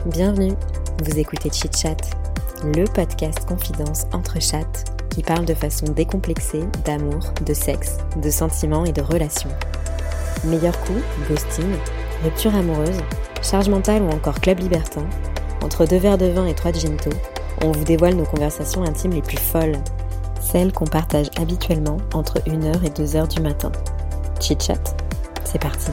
Bienvenue, vous écoutez Chit Chat, le podcast confidence entre chattes qui parle de façon décomplexée d'amour, de sexe, de sentiments et de relations. Meilleur coup, ghosting, rupture amoureuse, charge mentale ou encore club libertin, entre 2 verres de vin et 3 ginto, on vous dévoile nos conversations intimes les plus folles, celles qu'on partage habituellement entre 1h et 2h du matin. Chit Chat, c'est parti.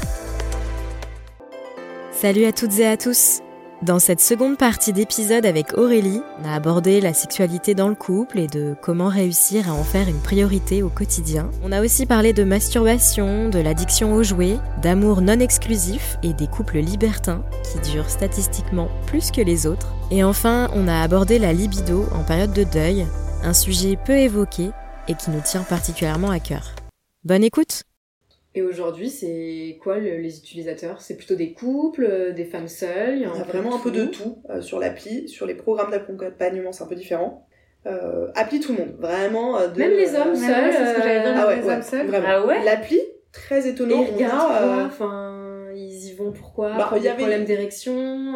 Salut à toutes et à tous. Dans cette seconde partie d'épisode avec Aurélie, on a abordé la sexualité dans le couple et de comment réussir à en faire une priorité au quotidien. On a aussi parlé de masturbation, de l'addiction aux jouets, d'amour non exclusif et des couples libertins qui durent statistiquement plus que les autres. Et enfin, on a abordé la libido en période de deuil, un sujet peu évoqué et qui nous tient particulièrement à cœur. Bonne écoute! Et aujourd'hui, c'est quoi les utilisateurs ? C'est plutôt des couples, des femmes seules ? Il y a vraiment un peu de tout sur l'appli. Sur les programmes d'accompagnement, c'est un peu différent. Appli tout le monde, vraiment. Même les hommes seuls. C'est ce que j'allais dire, les hommes seuls. Vraiment. Ah ouais ? L'appli, très étonnant. Et ils regardent pourquoi ils y vont pourquoi ? Pour des problèmes d'érection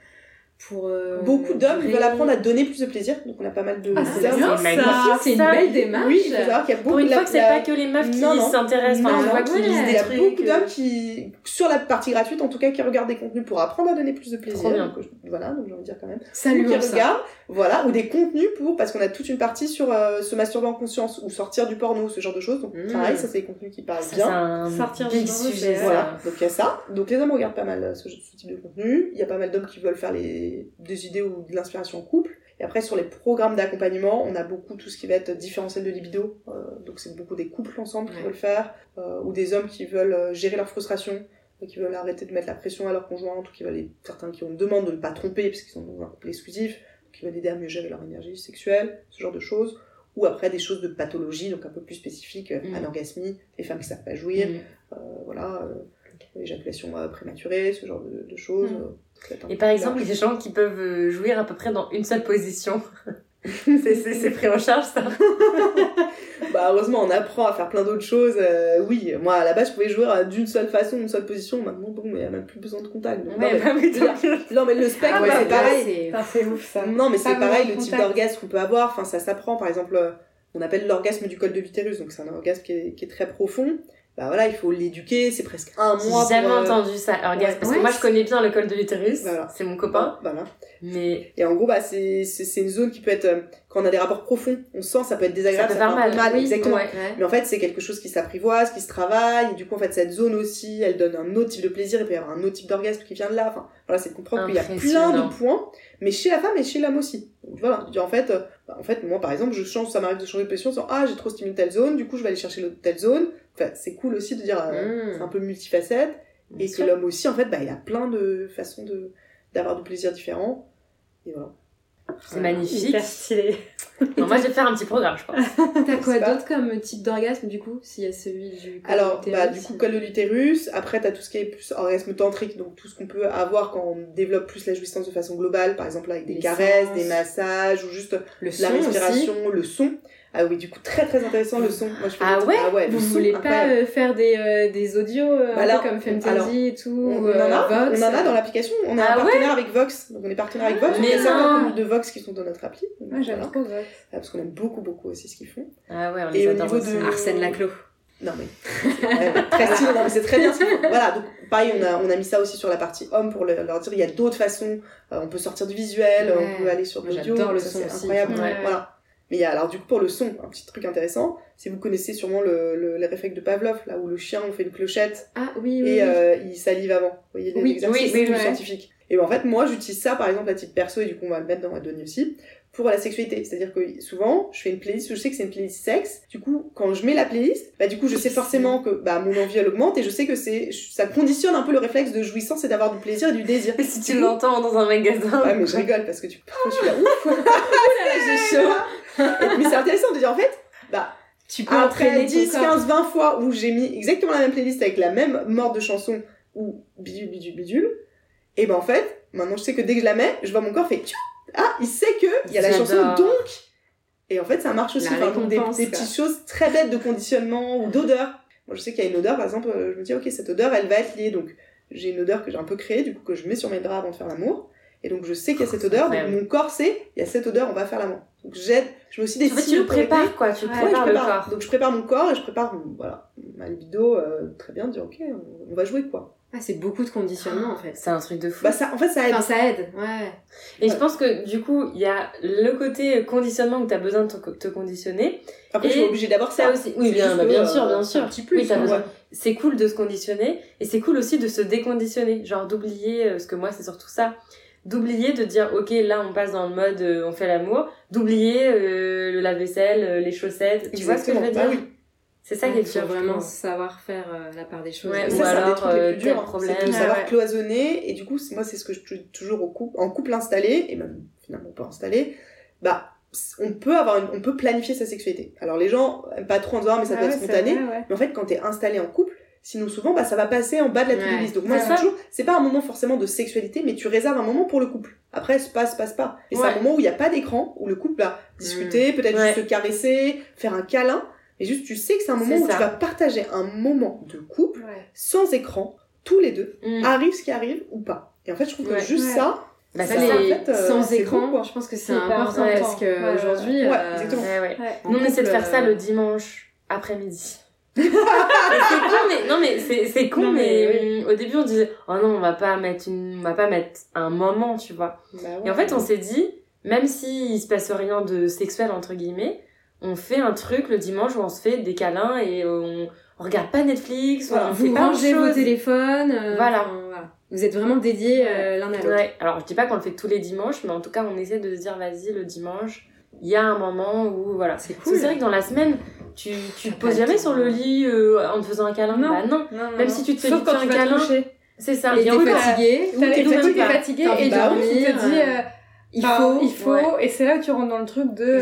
beaucoup d'hommes veulent apprendre à donner plus de plaisir, donc on a pas mal de c'est bien ça, c'est une belle démarche. Oui, il faut savoir qu'il y a beaucoup pour une fois que c'est pas que les meufs qui s'intéressent, on voit qu'ils lisent des trucs. Il y a beaucoup d'hommes qui, sur la partie gratuite en tout cas, qui regardent des contenus pour apprendre à donner plus de plaisir. Trop bien. Donc, voilà, donc j'ai envie de dire quand même. Salut qui regardent, voilà, ou des contenus parce qu'on a toute une partie sur se masturber en conscience ou sortir du porno, ce genre de choses. Donc pareil, ça c'est des contenus qui parlent bien. Sortir du sujet, voilà. Donc il y a ça. Donc les hommes regardent pas mal ce type de contenu. Il y a pas mal d'hommes qui veulent faire des idées ou de l'inspiration en couple. Et après, sur les programmes d'accompagnement, on a beaucoup tout ce qui va être différentiel de libido. Donc c'est beaucoup des couples ensemble qui veulent faire, ou des hommes qui veulent gérer leur frustration, qui veulent arrêter de mettre la pression à leur conjointe, ou certains qui ont une demande de ne pas tromper parce qu'ils sont dans un couple exclusif, qui veulent aider à mieux gérer leur énergie sexuelle, ce genre de choses. Ou après des choses de pathologie, donc un peu plus spécifiques, anorgasmie, les femmes qui savent pas jouir, l'éjaculation prématurée, ce genre de choses. Et par exemple, les gens qui peuvent jouir à peu près dans une seule position, c'est pris en charge ça. Heureusement, on apprend à faire plein d'autres choses. Oui, moi à la base, je pouvais jouer d'une seule façon, d'une seule position. Maintenant, bon, il n'y a même plus besoin de contact. Donc, non, mais le spectre, c'est pareil. C'est ouf ça. Non, mais c'est pareil, le type d'orgasme qu'on peut avoir. Enfin, ça s'apprend. Par exemple, on appelle l'orgasme du col de l'utérus. Donc, c'est un orgasme qui est très profond. Il faut l'éduquer, c'est presque un mois. J'ai jamais entendu ça, orgasme, parce que moi je connais bien le col de l'utérus, c'est mon copain. Voilà. Mais... Et en gros, c'est une zone qui peut être, quand on a des rapports profonds, on sent, ça peut être désagréable, ça peut faire mal. Oui, exactement. Ouais. Mais en fait, c'est quelque chose qui s'apprivoise, qui se travaille, et du coup, en fait, cette zone aussi, elle donne un autre type de plaisir, il peut y avoir un autre type d'orgasme qui vient de là, enfin, voilà, c'est de comprendre qu'il y a plein de points, mais chez la femme et chez l'homme aussi. Donc voilà, en fait, moi, par exemple, ça m'arrive de changer de position, en disant, j'ai trop stimulé telle zone, du coup, je vais aller chercher l'autre telle zone. Enfin, c'est cool aussi de dire, c'est un peu multifacette, et que l'homme aussi, en fait, il a plein de façons d'avoir du plaisir différents. Et voilà. C'est magnifique. Hyper stylé. Non, moi, je vais faire un petit programme, je pense. T'as quoi d'autre comme type d'orgasme, du coup, s'il y a celui du col de l'utérus? Du coup, col de l'utérus. Après, t'as tout ce qui est plus orgasme tantrique, donc tout ce qu'on peut avoir quand on développe plus la jouissance de façon globale, par exemple avec des caresses, des massages, ou juste la respiration, aussi. Le son. Ah oui, du coup, très très intéressant le son. Moi, je fais vous voulez pas faire des audios un peu comme Femtasy et tout, on en a dans l'application. On est un partenaire avec Vox. Donc on est partenaire avec Vox. Mais il y a certains de Vox qui sont dans notre appli. J'aime trop Vox. Parce qu'on aime beaucoup aussi ce qu'ils font. Ah ouais, on les adore aussi. Arsène Laclos. Non mais très stylé, non mais c'est très bien ce qu'ils font. Voilà, donc pareil, on a mis ça aussi sur la partie homme pour leur dire il y a d'autres façons. On peut sortir du visuel, on peut aller sur l'audio. J'adore le son, c'est incroyable. Voilà. Mais il y a, alors du coup, pour le son, un petit truc intéressant, c'est vous connaissez sûrement le réflexe de Pavlov, là où le chien, on fait une clochette. Il salive avant. Vous voyez l'exercice scientifique. Et en fait, moi, j'utilise ça, par exemple, à titre perso, et du coup, on va le mettre dans la donnée aussi, pour la sexualité. C'est-à-dire que souvent, je fais une playlist où je sais que c'est une playlist sexe. Du coup, quand je mets la playlist, du coup, je sais forcément que mon envie, elle augmente, et je sais que ça conditionne un peu le réflexe de jouissance et d'avoir du plaisir et du désir. Et si tu l'entends dans un magasin. Ouais, mais je rigole, parce que parfois, je suis là, ouf! J'ai chaud! Mais c'est intéressant de dire en fait, tu peux après 10, 15, 20 fois où j'ai mis exactement la même playlist avec la même morde de chanson ou bidule, et en fait, maintenant je sais que dès que je la mets, je vois mon corps fait il sait que il y a la chanson donc, et en fait ça marche aussi, des petites choses très bêtes de conditionnement ou d'odeur. Moi je sais qu'il y a une odeur, par exemple, je me dis ok, cette odeur elle va être liée, donc j'ai une odeur que j'ai un peu créée, du coup que je mets sur mes draps avant de faire l'amour. Et donc je sais qu'il y a cette odeur, donc mon corps sait, il y a cette odeur, on va faire l'amour. Donc je me suis des en fait, tu le prépares, quoi. Tu prépares le corps. Donc je prépare mon corps et je prépare, ma libido, très bien, de dire, ok, on va jouer, quoi. Ah, c'est beaucoup de conditionnement, en fait. C'est un truc de fou. Bah, ça, en fait, ça aide. Enfin, ça aide, ouais. Et je pense que, du coup, il y a le côté conditionnement où t'as besoin de te conditionner. Après, je suis obligée d'avoir ça. aussi. Oui, bien sûr. Un petit plus. Oui, t'as besoin. C'est cool de se conditionner. Et c'est cool aussi de se déconditionner. Genre, d'oublier, parce que moi, c'est surtout ça. D'oublier de dire, ok, là, on passe dans le mode, on fait l'amour. D'oublier le lave-vaisselle, les chaussettes. Tu vois ce que je veux dire? Oui. C'est ça qui est dur, vraiment savoir faire la part des choses. Ouais, ou ça, alors, c'est un des trucs les plus durs, problèmes. C'est de savoir cloisonner. Et du coup, moi, c'est ce que je dis toujours en couple installé, et même finalement pas installé, on peut planifier sa sexualité. Alors les gens aiment pas trop en disant, mais ça peut être spontané. Mais en fait, quand t'es installé en couple, sinon souvent, ça va passer en bas de la to-do list. Donc moi, c'est pas un moment forcément de sexualité, mais tu réserves un moment pour le couple. Après, se passe pas. Et c'est un moment où il y a pas d'écran, où le couple va discuter, peut-être juste se caresser, faire un câlin. Et juste, tu sais que c'est un moment où tu vas partager un moment de couple, sans écran, tous les deux, arrive ce qui arrive ou pas. Et en fait, je trouve que juste ça, sans écran, je pense que c'est important parce que aujourd'hui, exactement. Nous, on essaie de faire ça le dimanche après-midi. C'est con, mais c'est con, mais au début on disait oh non, on va pas mettre un moment, tu vois. Et en fait, on s'est dit, même si il se passe rien de sexuel entre guillemets, on fait un truc le dimanche où on se fait des câlins et on regarde pas Netflix, on fait pas rangez vos téléphones. Voilà. Vous êtes vraiment dédiés l'un à l'autre. Ouais. Alors je dis pas qu'on le fait tous les dimanches, mais en tout cas on essaie de se dire vas-y, le dimanche, il y a un moment où voilà. C'est cool. C'est vrai que dans la semaine, tu te poses jamais sur le lit en te faisant un câlin. Non. Même si tu te fais un câlin. C'est ça. Et t'es fatigué. T'es fatigué et du coup tu te dis il faut, et c'est là où tu rentres dans le truc de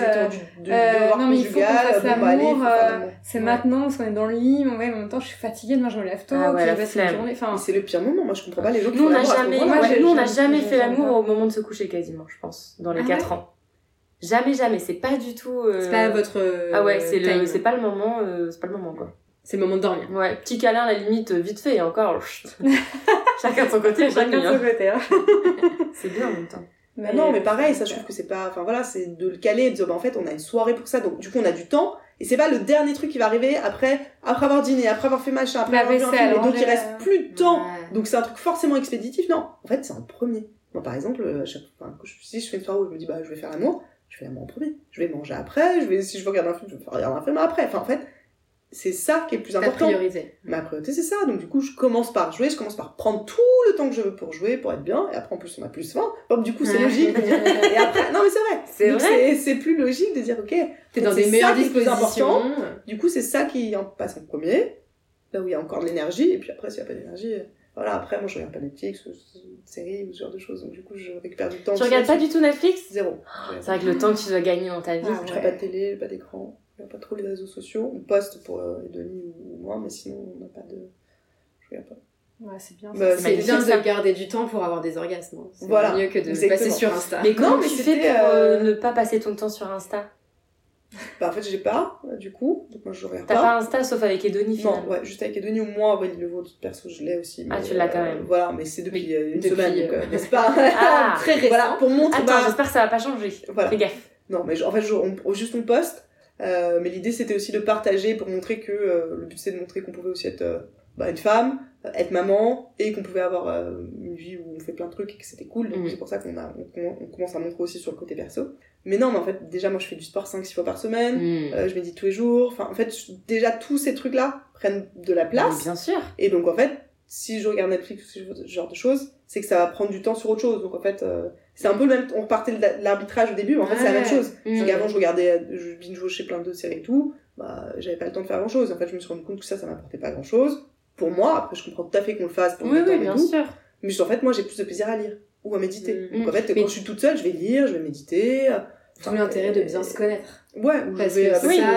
non mais il faut qu'on fasse l'amour, c'est maintenant parce qu'on est dans le lit, mais en même temps je suis fatiguée, demain je me lève tôt, puis je passe une journée, enfin c'est le pire moment. Moi je comprends pas les gens qui nous on n'a jamais fait l'amour au moment de se coucher quasiment, je pense, dans les 4 ans. Jamais, c'est pas du tout c'est pas votre c'est pas le moment quoi. C'est le moment de dormir. Ouais, petit câlin à la limite vite fait et encore chacun de son côté, chacun de son côté. C'est bien en même temps. Non, mais pareil, ça je trouve que c'est pas, enfin voilà, c'est de le caler et de dire en fait on a une soirée pour ça, donc du coup on a du temps et c'est pas le dernier truc qui va arriver après avoir dîné, après avoir fait machin, après avoir vu un film, et donc il reste plus de temps, donc c'est un truc forcément expéditif. Non, en fait c'est un premier. Moi par exemple, si je fais une soirée où je me dis je vais faire l'amour, je fais l'amour en premier, je vais manger après, si je veux regarder un film, je vais regarder un film après, enfin en fait c'est ça qui est le plus important. Ma priorité, c'est ça. Donc, du coup, je commence par jouer, je commence par prendre tout le temps que je veux pour jouer, pour être bien. Et après, en plus, on a plus faim. Donc, du coup, c'est logique de dire... Et après, non, mais c'est vrai. C'est plus logique de dire, ok, t'es dans des meilleures dispositions. Du coup, c'est ça qui en passe en premier. Là où il y a encore de l'énergie. Et puis après, s'il n'y a pas d'énergie, voilà, après, moi, je regarde pas Netflix, ou une série, ou ce genre de choses. Donc, du coup, je récupère du temps. Tu regardes pas du tout Netflix? Zéro. C'est vrai que le temps que tu dois gagner dans ta vie. Je n'ai pas de télé, pas d'écran. On n'a pas trop les réseaux sociaux. On poste pour Denis ou moi, mais sinon, on n'a pas de... Je regarde pas. Ouais, c'est bien. C'est bien de garder du temps pour avoir des orgasmes. C'est mieux que de passer sur Insta. Mais comment tu fais pour ne pas passer ton temps sur Insta? En fait, j'ai pas, du coup. Donc, moi, je regarde pas. T'as pas Insta sauf avec Edonie, finalement? Non, ouais, juste avec Edonie ou moi, le vôtre, perso, je l'ai aussi. Mais, tu l'as quand même. Voilà, mais c'est depuis une semaine, donc, n'est-ce pas? Très récent. Voilà, pour montrer... Attends, j'espère que ça va pas changer. Voilà. Fais gaffe. Non, mais en fait, juste on poste. Mais l'idée c'était aussi de partager pour montrer que le but c'est de montrer qu'on pouvait aussi être une femme, être maman et qu'on pouvait avoir une vie où on fait plein de trucs et que c'était cool. Donc c'est pour ça qu'on commence à montrer aussi sur le côté perso. Mais non, mais en fait déjà moi je fais du sport 5-6 fois par semaine, je médite tous les jours. Enfin en fait déjà tous ces trucs là prennent de la place. Mais bien sûr. Et donc en fait si je regarde Netflix ou ce genre de choses, c'est que ça va prendre du temps sur autre chose. Donc en fait c'est un peu le même, on repartait de l'arbitrage au début, mais en fait c'est la même chose. C'est qu'avant je binge-watchais plein de séries et tout, j'avais pas le temps de faire grand chose. En fait je me suis rendu compte que ça m'apportait pas grand chose. Pour moi, après je comprends tout à fait qu'on le fasse pour oui, bien sûr. Mais en fait moi j'ai plus de plaisir à lire ou à méditer. Donc en fait quand je suis toute seule, je vais lire, je vais méditer. Tout l'intérêt de bien se connaître. Ouais, parce que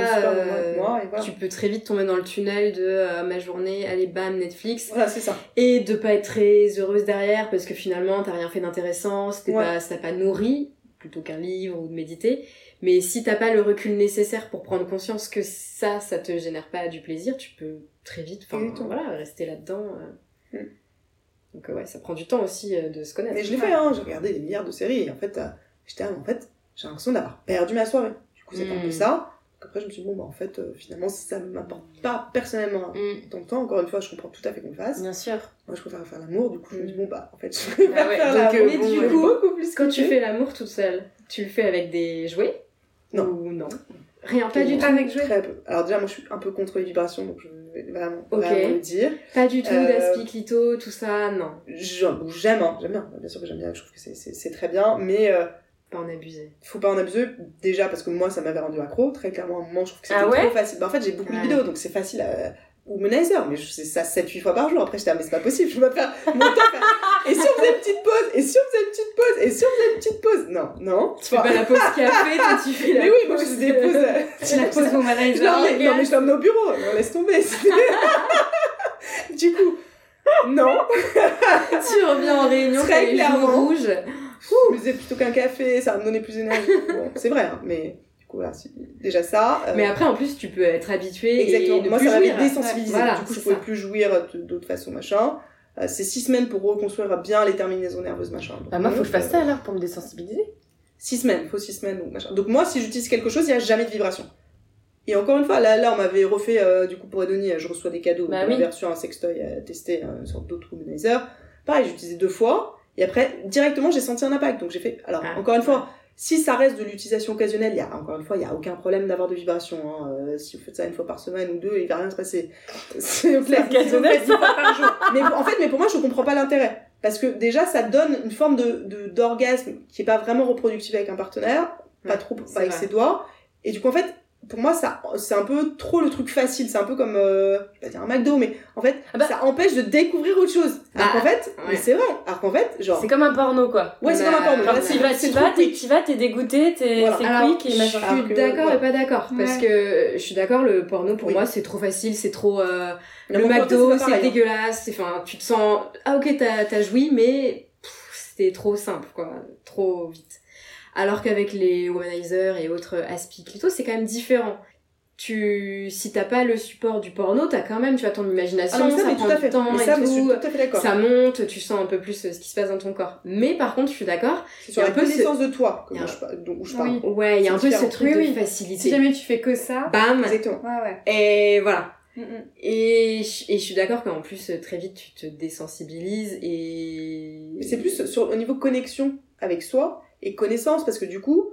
tu peux très vite tomber dans le tunnel de ma journée, allez bam, Netflix. Voilà, c'est ça. Et de pas être très heureuse derrière parce que finalement t'as rien fait d'intéressant, ça t'a pas nourri, plutôt qu'un livre ou de méditer. Mais si t'as pas le recul nécessaire pour prendre conscience que ça te génère pas du plaisir, tu peux très vite, rester là-dedans. Donc ça prend du temps aussi de se connaître. Mais je l'ai fait, j'ai regardé des milliards de séries et en fait, j'ai l'impression d'avoir perdu ma soirée. Du coup, c'est un peu ça. Après, je me suis dit, en fait, finalement, si ça ne m'apporte pas personnellement tant de temps, encore une fois, je comprends tout à fait qu'on le fasse. Bien sûr. Moi, je préfère faire l'amour, du coup, je me dis, en fait, je préfère faire l'amour. Mais du coup, beaucoup plus quand tu fais l'amour toute seule, tu le fais avec des jouets? Non. Ou non? Rien, pas du tout avec jouets? Très peu. Alors, déjà, moi, je suis un peu contre les vibrations, donc je vais vraiment le dire. Pas du tout d'aspi, clito, tout ça, non. J'aime bien. Bien sûr que j'aime bien, je trouve que c'est très bien, mais... Pas en abuser. Faut pas en abuser, déjà parce que moi ça m'avait rendu accro, très clairement à un moment je trouve que c'était trop facile. En fait j'ai beaucoup de vidéos donc c'est facile à... Womanizer, mais je fais ça 7-8 fois par jour, après j'étais mais c'est pas possible, je vais pas faire mon temps. Et si on faisait une petite pause, et si on faisait une petite pause, et si on faisait une petite pause, non. Tu fais pas la pause café, toi tu fais la pause. Mais oui, moi je fais des pauses. Tu la pause Womanizer. Non mais je l'emmène au bureau, on laisse tomber. Du coup, non. Tu reviens en réunion, très clairement. Rouge. Je me disais plutôt qu'un café, ça va me donner plus d'énergie. Bon, c'est vrai, mais du coup, voilà, c'est déjà ça. Mais après, en plus, tu peux être habitué. Exactement. Et ne moi, plus ça m'avait jouir. désensibilisé. Voilà, du coup, je pouvais plus jouir d'autres façons, machin. C'est 6 semaines pour reconstruire bien les terminaisons nerveuses, machin. Donc, moi, faut que je fasse ça alors pour me désensibiliser. 6 semaines, faut 6 semaines, donc machin. Donc, moi, si j'utilise quelque chose, il n'y a jamais de vibration. Et encore une fois, là, on m'avait refait, du coup, pour Edonie, je reçois des cadeaux. On avait reçu un sextoy à tester, une sorte d'autre womanizer. Pareil, j'ai utilisé 2 fois. Et après, directement, j'ai senti un impact. Donc, j'ai fait... Alors, encore une fois, si ça reste de l'utilisation occasionnelle, il y a aucun problème d'avoir de vibration. Si vous faites ça 1 fois par semaine ou 2, il va rien se passer. C'est occasionnel, 10 fois par jour. Mais pour moi, je comprends pas l'intérêt. Parce que déjà, ça donne une forme d'orgasme qui est pas vraiment reproductive avec un partenaire. Pas trop, pas avec ses doigts. Et du coup, en fait, pour moi, ça, c'est un peu trop le truc facile. C'est un peu comme, je vais pas dire un McDo, mais en fait, ça empêche de découvrir autre chose. Alors qu'en fait, mais c'est vrai. Alors qu'en fait, genre. C'est comme un porno, quoi. Ouais, c'est comme un porno. Genre, t'y vas, t'es dégoûté, c'est quick et machin. Je suis d'accord et pas d'accord. Parce que je suis d'accord, le porno, pour moi, c'est trop facile, c'est trop, le McDo, c'est dégueulasse. Enfin, tu te sens, ok, t'as joui, mais, c'était trop simple, quoi. Trop vite. Alors qu'avec les womanizers et autres aspi clito, c'est quand même différent. Si t'as pas le support du porno, t'as quand même, tu as ton imagination, ça prend du temps et tout, ça monte, tu sens un peu plus ce qui se passe dans ton corps. Mais par contre, je suis d'accord, c'est sur la connaissance de toi que je parle. Ouais, il y a un peu ce truc de facilité. Si jamais tu fais que ça, bam. Exactement. Ouais. Et voilà. Et je suis d'accord qu'en plus, très vite, tu te désensibilises et... C'est plus au niveau connexion avec soi et connaissance, parce que du coup,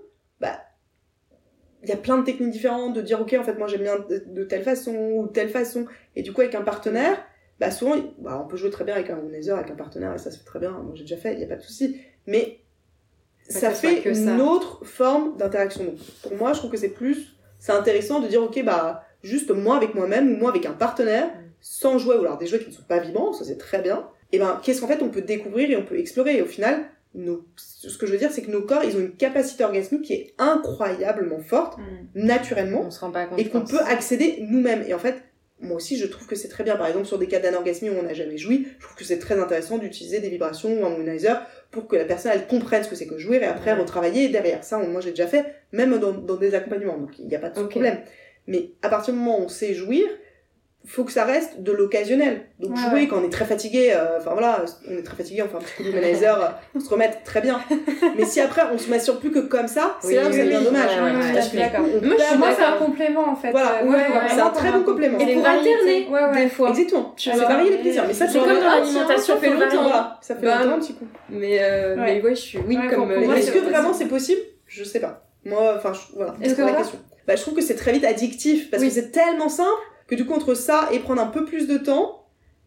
il y a plein de techniques différentes de dire, ok, en fait, moi, j'aime bien de telle façon ou de telle façon. Et du coup, avec un partenaire, souvent, on peut jouer très bien avec un womanizer, avec un partenaire, et ça se fait très bien. Moi, j'ai déjà fait, il n'y a pas de souci. Mais ça fait une autre forme d'interaction. Donc, pour moi, je trouve que c'est intéressant de dire, ok, juste moi avec moi-même ou moi avec un partenaire, sans jouer, ou alors des jouets qui ne sont pas vibrants, ça c'est très bien. Et qu'est-ce qu'en fait on peut découvrir et on peut explorer. Et au final, ce que je veux dire, c'est que nos corps, ils ont une capacité orgasmique qui est incroyablement forte, naturellement, on se rend pas compte, et qu'on peut accéder nous-mêmes. Et en fait, moi aussi, je trouve que c'est très bien. Par exemple, sur des cas d'anorgasmie où on n'a jamais joui, je trouve que c'est très intéressant d'utiliser des vibrations ou un womanizer pour que la personne, elle comprenne ce que c'est que jouir et après retravailler derrière. Ça, moi, j'ai déjà fait, même dans des accompagnements. Donc, il n'y a pas de problème. Mais à partir du moment où on sait jouir, faut que ça reste de l'occasionnel. Donc jouer quand on est très fatigué, on est très fatigué, on fait un petit coup de womanizer, on se remet très bien. Mais si après on se masturbe plus que comme ça, c'est là où ça devient dommage. Je suis d'accord. Moi c'est un complément en fait. Voilà, c'est un très bon complément. Et pour alterner des fois. Exactement. C'est varier les plaisirs. Mais ça c'est comme dans l'alimentation, ça fait longtemps. Ça fait longtemps un petit coup. Mais ouais, je suis comme. Est-ce que vraiment c'est possible ? Je sais pas. Moi, voilà. Est-ce que la question. Je trouve que c'est très vite addictif parce que c'est tellement simple que du coup entre ça et prendre un peu plus de temps.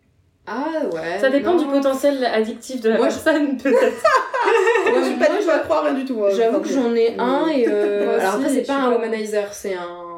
Ah ouais. Ça dépend du potentiel addictif de la personne peut-être. Moi je suis pas du tout à croire, rien du tout. J'avoue que j'en ai un et alors après c'est pas un womanizer, c'est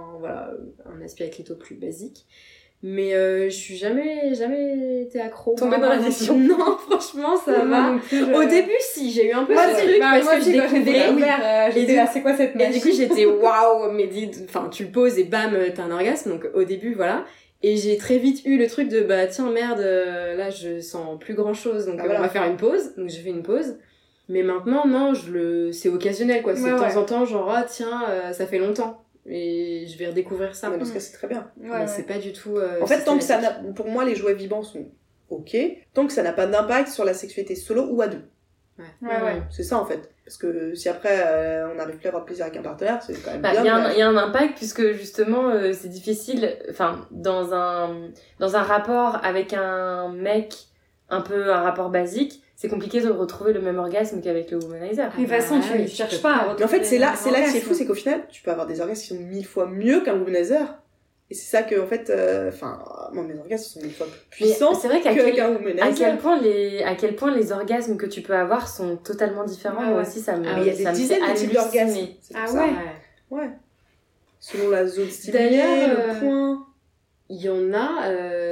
un aspect clito plus basique. Mais je suis jamais été accro. Tombée dans l'addiction. Non, franchement, ça va. Au début, si, j'ai eu un peu ce truc parce que j'ai découvert. J'étais là, c'est quoi cette machine ? Et du coup, j'étais waouh, mais tu le poses et bam, t'as un orgasme. Donc au début, voilà. Et j'ai très vite eu le truc de tiens, merde, là, je sens plus grand chose. Donc on va faire une pause. Donc j'ai fait une pause. Mais maintenant, non, c'est occasionnel, quoi. C'est de temps en temps, genre, tiens, ça fait longtemps. Et je vais redécouvrir ça. Parce que c'est très bien. Mais c'est pas du tout... en fait, tant que ça pour moi, les jouets vibrants sont ok, tant que ça n'a pas d'impact sur la sexualité solo ou à deux. Ouais. C'est ça en fait. Parce que si après on n'arrive plus à avoir de plaisir avec un partenaire, c'est quand même bien. Il y a un impact puisque justement c'est difficile, enfin dans un rapport avec un mec, un peu un rapport basique, c'est compliqué de retrouver le même orgasme qu'avec le womanizer. De toute façon, tu cherches pas à retrouver. Mais en fait, c'est là que c'est fou, c'est qu'au final, tu peux avoir des orgasmes qui sont 1000 fois mieux qu'un womanizer. Et c'est ça que, en fait, moi, mes orgasmes sont 1000 fois plus puissants c'est vrai qu'avec un womanizer. À quel point les orgasmes que tu peux avoir sont totalement différents. Moi aussi, ça me il y a des dizaines de types d'orgasmes. Ouais. Selon la zone stimulée, le point. Il y en a...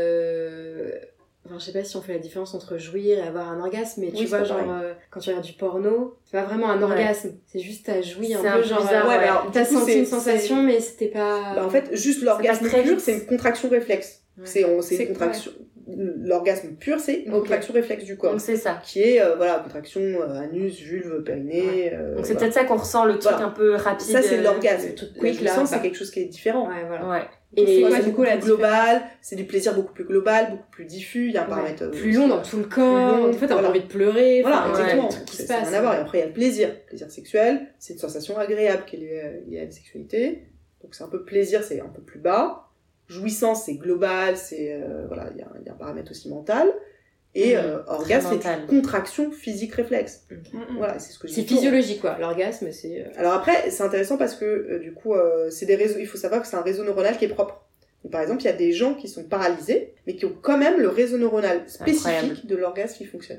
Enfin, je sais pas si on fait la différence entre jouir et avoir un orgasme, mais tu vois, genre, quand tu regardes du porno, c'est pas vraiment un orgasme, c'est juste t'as joui un peu, genre, t'as senti une sensation, mais c'était pas... en fait, juste l'orgasme pur, c'est une contraction réflexe. C'est une contraction... L'orgasme pur, c'est une contraction réflexe du corps. Donc c'est ça. Qui est, contraction anus, vulve, périnée... Donc c'est peut-être ça qu'on ressent, le truc un peu rapide. Ça, c'est l'orgasme. La jouissance, c'est quelque chose qui est différent. Ouais. Et c'est beaucoup plus global, c'est du plaisir beaucoup plus global, beaucoup plus diffus, il y a un paramètre plus long dans tout le corps, en fait t'as envie de pleurer, voilà, exactement, ça n'a rien à voir. Et après il y a le plaisir sexuel, c'est une sensation agréable qui est liée à la sexualité, donc c'est un peu plaisir, c'est un peu plus bas, jouissance c'est global, c'est il y a un paramètre aussi mental, et orgasme c'est une contraction physique réflexe. Voilà, c'est ce que je dis. C'est physiologique quoi, l'orgasme c'est... Alors après, c'est intéressant parce que du coup, c'est des réseaux, il faut savoir que c'est un réseau neuronal qui est propre. Donc, par exemple, il y a des gens qui sont paralysés, mais qui ont quand même le réseau neuronal spécifique de l'orgasme qui fonctionne.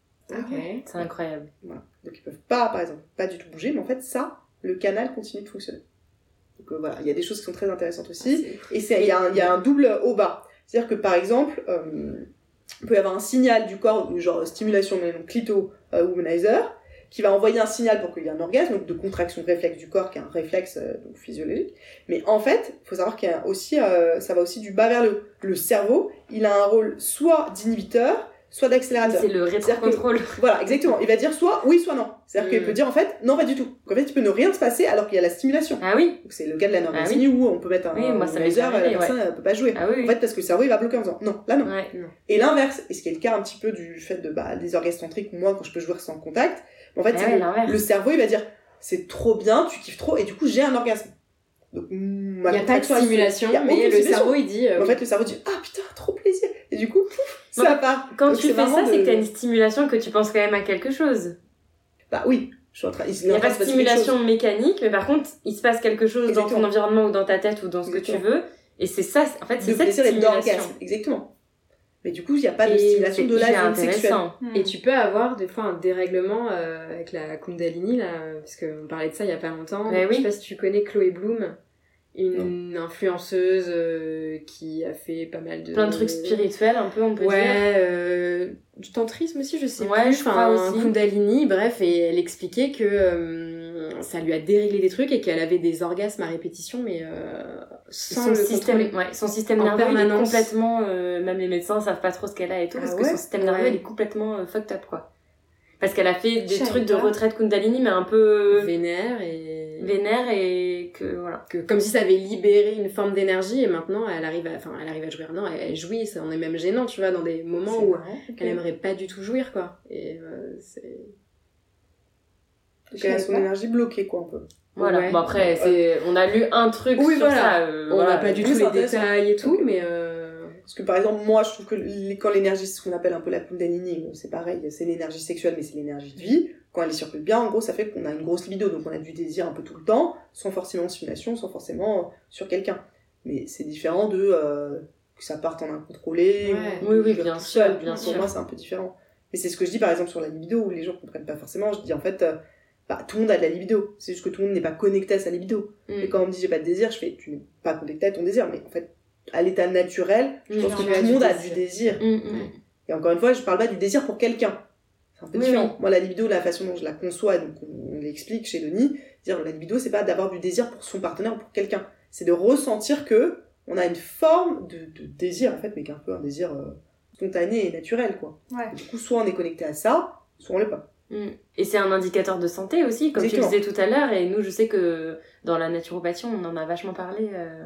C'est incroyable. Voilà. Donc ils peuvent pas, par exemple, pas du tout bouger, mais en fait ça, le canal continue de fonctionner. Donc voilà, il y a des choses qui sont très intéressantes aussi. Et il y a un double haut-bas. C'est-à-dire que par exemple... il peut y avoir un signal du corps, genre stimulation, donc clito, womanizer, qui va envoyer un signal pour qu'il y ait un orgasme, donc de contraction réflexe du corps, qui est un réflexe donc physiologique. Mais en fait, il faut savoir qu'il y a aussi, ça va aussi du bas vers le haut. Le cerveau, il a un rôle soit d'inhibiteur, soit d'accélérateur. C'est le rétro-contrôle. Voilà, exactement. Il va dire soit oui, soit non. C'est-à-dire qu'il peut dire en fait, non, pas du tout. Donc en fait, il peut ne rien se passer alors qu'il y a la stimulation. Ah oui. Donc c'est le cas de la normoxie où on peut mettre un laser, la personne ne peut pas jouer. Ah oui. En fait, parce que le cerveau, il va bloquer en disant non, là non. Non. Et l'inverse, et ce qui est le cas un petit peu du fait de, des orgasmes tantriques, moi, quand je peux jouer sans contact, en fait, le cerveau, il va dire c'est trop bien, tu kiffes trop, et du coup, j'ai un orgasme. Donc, il n'y a pas de stimulation, mais le cerveau, il dit... En fait, le cerveau dit ah putain, trop plaisir. Et du coup, ça part. Quand tu fais ça, c'est que tu as une stimulation, que tu penses quand même à quelque chose. Bah oui. Il n'y a pas de stimulation mécanique, mais par contre, il se passe quelque chose dans ton environnement ou dans ta tête ou dans ce que tu veux. Et c'est ça, en fait, c'est cette stimulation. Exactement. Mais du coup, il n'y a pas de stimulation de la zone sexuelle. Et tu peux avoir des fois un dérèglement avec la Kundalini, là, parce qu'on parlait de ça il n'y a pas longtemps. Je sais pas si tu connais Chloé Bloom, une influenceuse qui a fait pas mal de... Plein de trucs spirituels, un peu, on peut dire. Du tantrisme aussi, je sais plus. Je crois aussi. Kundalini, bref, et elle expliquait que ça lui a déréglé des trucs et qu'elle avait des orgasmes à répétition, mais sans son le système, contrôler. Son système nerveux, il est complètement... même les médecins savent pas trop ce qu'elle a et tout, parce que son système nerveux, il est complètement fucked up, quoi. Parce qu'elle a fait des trucs de retraite Kundalini, mais un peu... Vénère et que, voilà. Que, comme si ça avait libéré une forme d'énergie, et maintenant, elle arrive à jouir. Non, elle jouit, ça en est même gênant, tu vois, dans des moments où elle aimerait pas du tout jouir, quoi. Et c'est... Donc elle a son énergie bloquée, quoi, un peu. Voilà, bon après, on a lu un truc sur ça. On n'a pas du tout les détails et tout, mais... Parce que par exemple, moi, je trouve que quand l'énergie, c'est ce qu'on appelle un peu la Kundalini, c'est pareil, c'est l'énergie sexuelle, mais c'est l'énergie de vie. Quand elle circule bien, en gros, ça fait qu'on a une grosse libido, donc on a du désir un peu tout le temps, sans forcément en stimulation, sans forcément sur quelqu'un. Mais c'est différent de que ça parte en incontrôlé. Oui, bien sûr. Pour moi, c'est un peu différent. Mais c'est ce que je dis par exemple sur la libido, où les gens comprennent pas forcément. Je dis en fait, tout le monde a de la libido. C'est juste que tout le monde n'est pas connecté à sa libido. Et quand on me dit j'ai pas de désir, je fais tu n'es pas connecté à ton désir, mais en fait, à l'état naturel, je pense que tout le monde a du désir. Et encore une fois, je parle pas du désir pour quelqu'un. C'est un peu différent. Moi, la libido, la façon dont je la conçois, donc on l'explique chez Denis, dire la libido, c'est pas d'avoir du désir pour son partenaire ou pour quelqu'un. C'est de ressentir que on a une forme de désir, en fait, mais qu'un peu un désir spontané et naturel, quoi. Et du coup, soit on est connecté à ça, soit on l'est pas. Et c'est un indicateur de santé aussi, comme tu le disais tout à l'heure, et nous, je sais que dans la naturopathie, on en a vachement parlé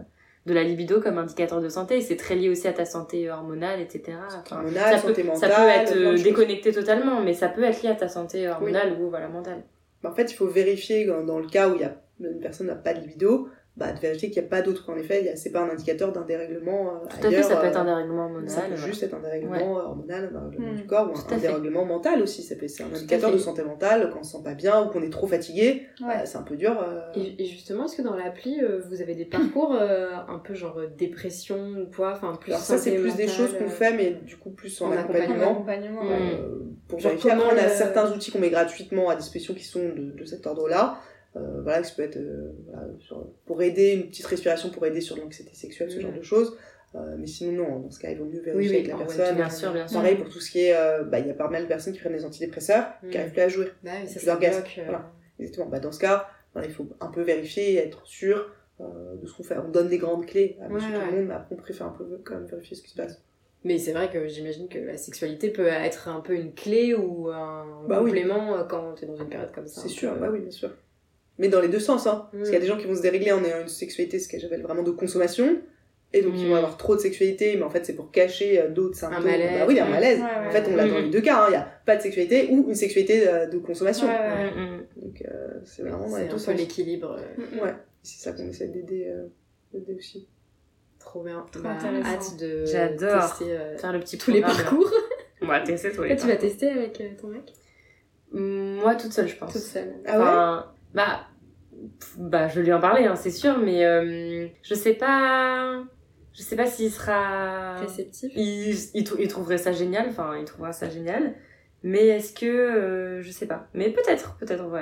de la libido comme indicateur de santé, et c'est très lié aussi à ta santé hormonale, etc. Hormonale, santé mentale. Ça peut être déconnecté totalement, mais ça peut être lié à ta santé hormonale ou voilà, mentale. En fait, il faut vérifier dans le cas où une personne n'a pas de libido, de vérifier qu'il n'y a pas d'autre. En effet, c'est pas un indicateur d'un dérèglement Tout ailleurs. À fait, ça peut être un dérèglement hormonal. Ça peut juste être un dérèglement hormonal, un dérèglement du corps, ou un dérèglement mental aussi. C'est un indicateur de santé mentale, quand on se sent pas bien ou qu'on est trop fatigué, c'est un peu dur. Et justement, est-ce que dans l'appli, vous avez des parcours un peu genre dépression ou quoi, enfin plus. Alors ça, c'est plus des choses qu'on fait, mais du coup plus en accompagnement. Pour vérifier. Après, on a certains outils qu'on met gratuitement à disposition qui sont de cet ordre-là. Voilà, ça peut être pour aider, une petite respiration pour aider sur l'anxiété sexuelle, ce genre de choses. Mais sinon, non, dans ce cas, il vaut mieux vérifier avec la personne. Bien sûr. Pareil pour tout ce qui est. Il y a pas mal de personnes qui prennent des antidépresseurs qui n'arrivent plus à jouir. Plus d'orgasme. Voilà, exactement. Dans ce cas, il faut un peu vérifier et être sûr de ce qu'on fait. On donne les grandes clés à monsieur tout le monde, mais après, on préfère un peu quand même vérifier ce qui se passe. Mais c'est vrai que j'imagine que la sexualité peut être un peu une clé ou un complément quand t'es dans une période comme ça. C'est sûr, oui, bien sûr. Mais dans les deux sens, hein. Parce qu'il y a des gens qui vont se dérégler en ayant une sexualité, ce que j'appelle vraiment de consommation, et donc ils vont avoir trop de sexualité, mais en fait c'est pour cacher d'autres symptômes. Un malaise. Un malaise. En fait, on l'a dans les deux cas, il y a pas de sexualité ou une sexualité de consommation. Donc c'est vraiment dans les deux sens. C'est un peu l'équilibre. Ouais, c'est ça qu'on essaie d'aider aussi. Trop bien. Hâte de tester faire le petit tous les parcours. On va tester tous les parcours. Tu vas tester avec ton mec? Moi toute seule, je pense. Toute seule. Ah je vais lui en parler, hein, c'est sûr, mais je sais pas s'il sera réceptif. Il trouverait ça génial, il trouvera ça génial, mais est-ce que je sais pas, mais peut-être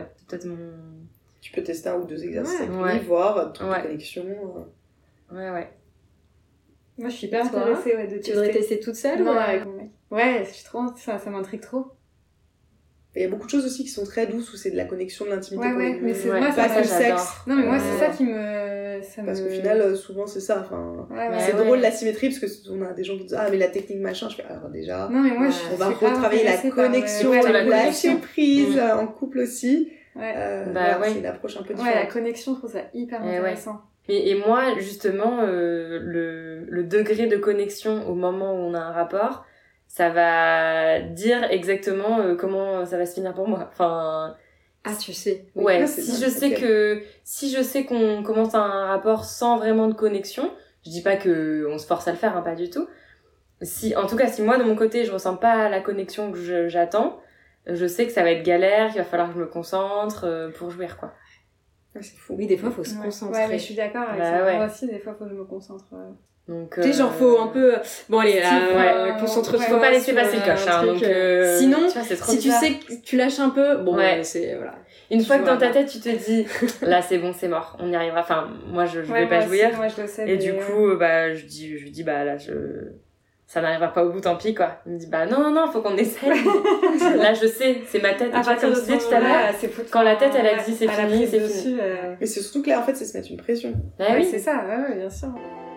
tu peux tester 1 ou 2 exercices avec lui, voir toute la connexion. Ouais. Moi je suis hyper intéressée de tester. Tu voudrais tester toute seule? Non, avec mon mec. Ouais, je suis trop, ça m'intrigue trop. Il y a beaucoup de choses aussi qui sont très douces où c'est de la connexion, de l'intimité. Mais c'est moi, pas que le sexe. Non, mais moi, c'est ça qui me. Parce qu'au final, souvent, c'est ça. C'est drôle la symétrie parce qu'on a des gens qui disent mais la technique machin. Je fais alors déjà. Non, mais moi, on va retravailler la connexion, la lâcher prise en couple aussi. C'est une approche un peu différente. Ouais, la connexion, je trouve ça hyper intéressant. Et moi, justement, le degré de connexion au moment où on a un rapport, ça va dire exactement comment ça va se finir pour moi. Tu sais. Ouais, si je sais qu'on commence un rapport sans vraiment de connexion, je dis pas que on se force à le faire, pas du tout. En tout cas, si moi de mon côté, je ressens pas la connexion que j'attends, je sais que ça va être galère, qu'il va falloir que je me concentre pour jouir, quoi. C'est fou. Oui, des fois, faut se concentrer. Ouais, mais je suis d'accord avec ça. Moi aussi, des fois, faut que je me concentre. Donc, tu sais, genre, faut un peu. Bon, allez, là, concentre-toi. Faut pas laisser passer le coche, donc. Sinon, tu vois, c'est trop si bizarre. Tu sais que tu lâches un peu, c'est. Voilà. Une fois que dans ta tête, tu te dis, là, c'est bon, c'est mort, on y arrivera. Moi, je vais pas jouir. Moi, je le sais. Et du coup, je dis, là, ça n'arrivera pas au bout, tant pis, quoi. Il me dit, non, faut qu'on essaye. Là, je sais, c'est ma tête. À partir de ce moment-là, quand la tête, elle a dit, c'est fini, c'est fini. Mais c'est surtout que là, en fait, c'est se mettre une pression. Oui, c'est ça, bien sûr.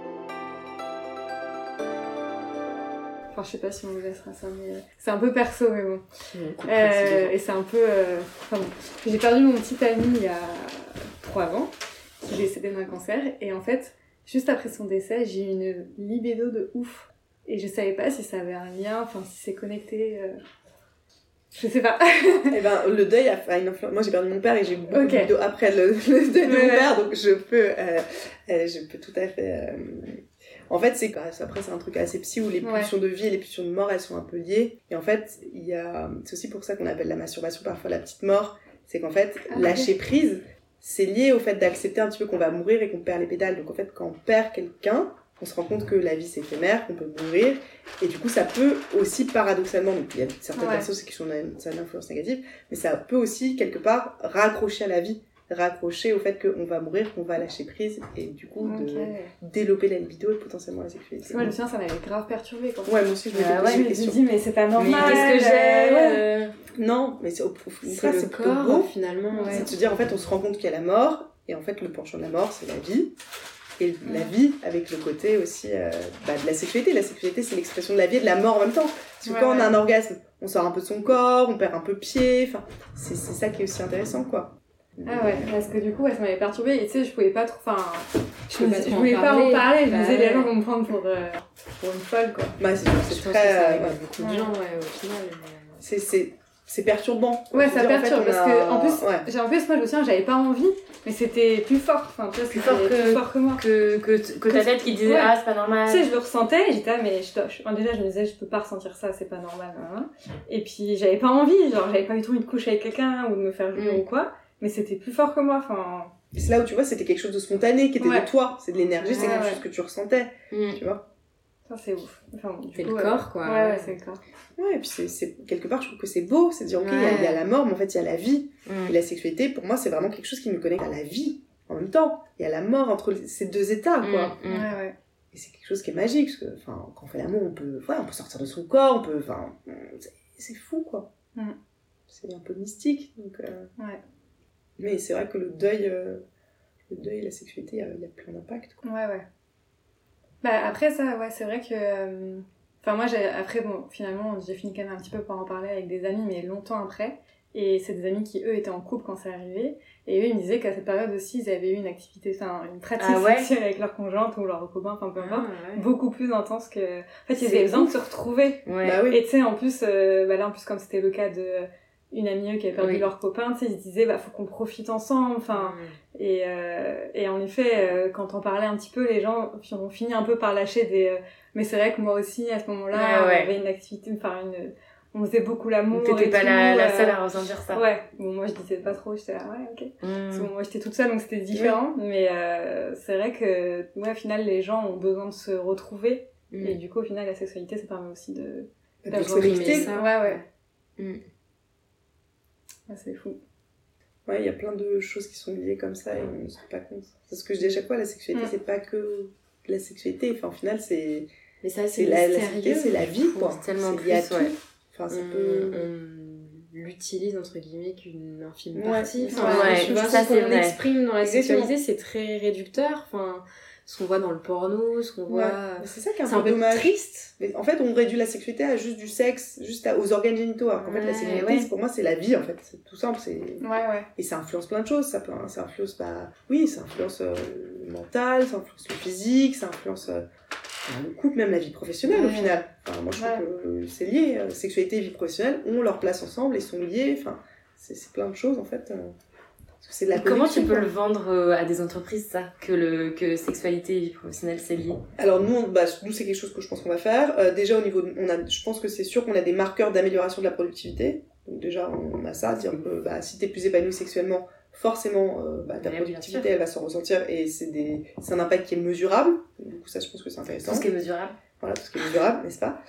Je sais pas si on vous laissera ça, mais c'est un peu perso, mais bon. Et c'est un peu... J'ai perdu mon petit ami il y a 3 ans, qui est décédé d'un cancer, et en fait, juste après son décès, j'ai eu une libido de ouf. Et je savais pas si ça avait un lien, si c'est connecté... Je sais pas. Le deuil a une influence. Moi, j'ai perdu mon père et j'ai eu beaucoup de libido après le deuil de mon père, donc je peux tout à fait... En fait, après, c'est un truc assez psy où les pulsions de vie et les pulsions de mort, elles sont un peu liées. Et en fait, c'est aussi pour ça qu'on appelle la masturbation parfois la petite mort. C'est qu'en fait, lâcher prise, c'est lié au fait d'accepter un petit peu qu'on va mourir et qu'on perd les pédales. Donc en fait, quand on perd quelqu'un, on se rend compte que la vie c'est éphémère, qu'on peut mourir. Et du coup, ça peut aussi paradoxalement, donc il y a certaines personnes qui ont une influence négative, mais ça peut aussi quelque part raccrocher à la vie. Raccrocher au fait qu'on va mourir, qu'on va lâcher prise et du coup de développer la libido et potentiellement la sexualité. Moi, le sien, ça m'avait grave perturbé. Moi aussi, je me posé des questions. Je me dis, mais c'est pas normal. Mais qu'est-ce que j'ai Non, mais c'est le corps, beau, finalement. C'est de se dire, en fait, on se rend compte qu'il y a la mort et en fait, le penchant de la mort, c'est la vie. Et la vie avec le côté aussi de la sexualité. La sexualité, c'est l'expression de la vie et de la mort en même temps. Parce que quand on a un orgasme, on sort un peu de son corps, on perd un peu pied. C'est ça qui est aussi intéressant, quoi. Parce que du coup, ça m'avait perturbée et tu sais, je pouvais pas trop. je voulais pas en parler, je me disais les gens vont me prendre pour une folle, quoi. Bah, c'est très... ça rigole beaucoup de gens, au final. C'est perturbant. Ouais, ça perturbe, parce que, en plus, moi, je me souviens, j'avais pas envie, mais c'était plus fort. Enfin, tu vois, plus fort que moi. Que ta tête qui disait, c'est pas normal. Tu sais, je le ressentais, et j'étais, mais déjà, je me disais, je peux pas ressentir ça, c'est pas normal, hein. Et puis, j'avais pas envie, genre, j'avais pas du tout envie de coucher avec quelqu'un, ou de me faire jouir ou quoi, mais c'était plus fort que moi, enfin... Et c'est là où tu vois, c'était quelque chose de spontané, qui était de toi, c'est de l'énergie, c'est quelque chose que tu ressentais, tu vois. Ça, c'est ouf. Enfin, c'est le corps, quoi. Ouais, c'est le corps. Ouais, et puis c'est quelque part, je trouve que c'est beau, c'est de dire, ok, il y a la mort, mais en fait, il y a la vie. Et la sexualité, pour moi, c'est vraiment quelque chose qui me connecte à la vie, en même temps. Il y a la mort entre ces deux états, quoi. Ouais. Et c'est quelque chose qui est magique, parce que, enfin, quand on fait l'amour, on peut sortir de son corps, c'est fou, quoi. C'est un peu mystique, donc... Mais c'est vrai que le deuil et la sexualité, il y a plein d'impacts, quoi. Ouais. Bah, après, ça, c'est vrai que... Enfin, moi, finalement, j'ai fini quand même un petit peu par en parler avec des amis, mais longtemps après. Et c'est des amis qui, eux, étaient en couple quand c'est arrivé. Et eux, ils me disaient qu'à cette période aussi, ils avaient eu une activité, une pratique sexuelle avec leur conjointe ou leur copain, peu importe, beaucoup plus intense que... En fait, ils avaient besoin de se retrouver. Bah oui. Et tu sais, en plus, là, comme c'était le cas de... une amie qui avait perdu leur copain, tu sais, ils se disaient, faut qu'on profite ensemble, enfin, et en effet, quand on parlait un petit peu, les gens ont fini un peu par lâcher des, mais c'est vrai que moi aussi, à ce moment-là, on avait une activité, on faisait beaucoup l'amour. T'étais pas la seule à ressentir ça. Ouais, bon, moi je disais pas trop, j'étais là, ok. Parce que moi j'étais toute seule, donc c'était différent, mais c'est vrai que, au final, les gens ont besoin de se retrouver, et du coup, au final, la sexualité, ça permet aussi de connecter. Ça. Ouais. C'est fou. Ouais, il y a plein de choses qui sont liées comme ça et on ne se rend pas compte. C'est ce que je dis à chaque fois, la sexualité, c'est pas que la sexualité. Enfin, au final, c'est... Mais ça, c'est la sexualité, c'est la vie, quoi. C'est tellement lié à tout. Enfin, on l'utilise, entre guillemets, qu'une infime partie. Tu vois, ça, qu'on exprime dans la sexualité, c'est très réducteur. Enfin... ce qu'on voit dans le porno, ce qu'on voit... C'est ça qui est un peu dommage. Triste. Mais en fait, on réduit la sexualité à juste du sexe, aux organes génitaux. Alors qu'en fait, la sexualité, pour moi, c'est la vie, en fait. C'est tout simple. Et ça influence plein de choses. Ça influence, ça influence le mental, ça influence le physique, ça influence le couple, même la vie professionnelle, au final. Enfin, moi, je trouve que c'est lié. Sexualité et vie professionnelle ont leur place ensemble et sont liés. Enfin, c'est plein de choses, en fait... C'est de la comment tu peux le vendre à des entreprises, ça, que sexualité et vie professionnelle, c'est lié? Alors nous c'est quelque chose que je pense qu'on va faire. Déjà au niveau je pense que c'est sûr qu'on a des marqueurs d'amélioration de la productivité. Donc déjà on a ça, dire que si t'es plus épanoui sexuellement, forcément ta productivité elle va s'en ressentir et c'est un impact qui est mesurable. Du coup ça je pense que c'est intéressant. Tout ce qui est mesurable. Voilà, tout ce qui est mesurable, n'est-ce pas?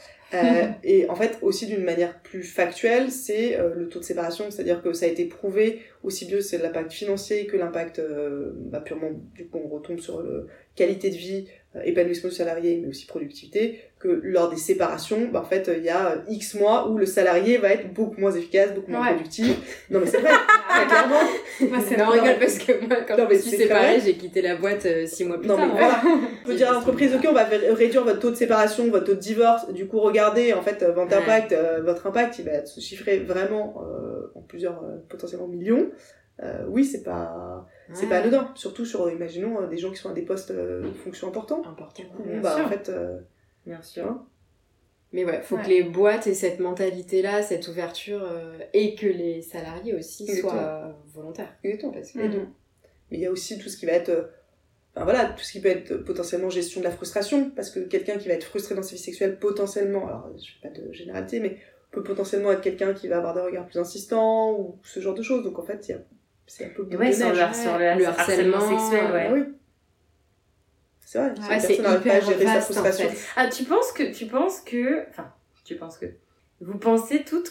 Et en fait, aussi d'une manière plus factuelle, c'est le taux de séparation, c'est-à-dire que ça a été prouvé, aussi bien c'est l'impact financier que l'impact purement, du coup on retombe sur qualité de vie, épanouissement du salarié, mais aussi productivité, que lors des séparations, en fait, il y a X mois où le salarié va être beaucoup moins efficace, beaucoup moins productif. Non mais c'est vrai, très clairement. Moi c'est normal parce que moi, quand je me suis séparée, j'ai quitté la boîte 6 mois plus tard. Mais voilà. On peut dire à l'entreprise, ok, on va réduire votre taux de séparation, votre taux de divorce, du coup regardez, en fait, votre impact, il va se chiffrer vraiment en plusieurs, potentiellement millions. Oui, c'est pas anodin, surtout sur, imaginons, des gens qui sont à des postes de fonction importants. Du coup, en fait, bien sûr. Mais faut que les boîtes aient cette mentalité-là, cette ouverture, et que les salariés aussi soient volontaires. Exactement. Parce que mais il y a aussi tout ce qui va être, tout ce qui peut être potentiellement gestion de la frustration, parce que quelqu'un qui va être frustré dans sa vie sexuelle, potentiellement, alors je fais pas de généralité, mais peut potentiellement être quelqu'un qui va avoir des regards plus insistants, ou ce genre de choses. Donc en fait, c'est un peu sur le harcèlement sexuel, oui. C'est vrai, c'est hyper pas gérer sa frustration. En fait. Ah, tu penses que vous pensez toutes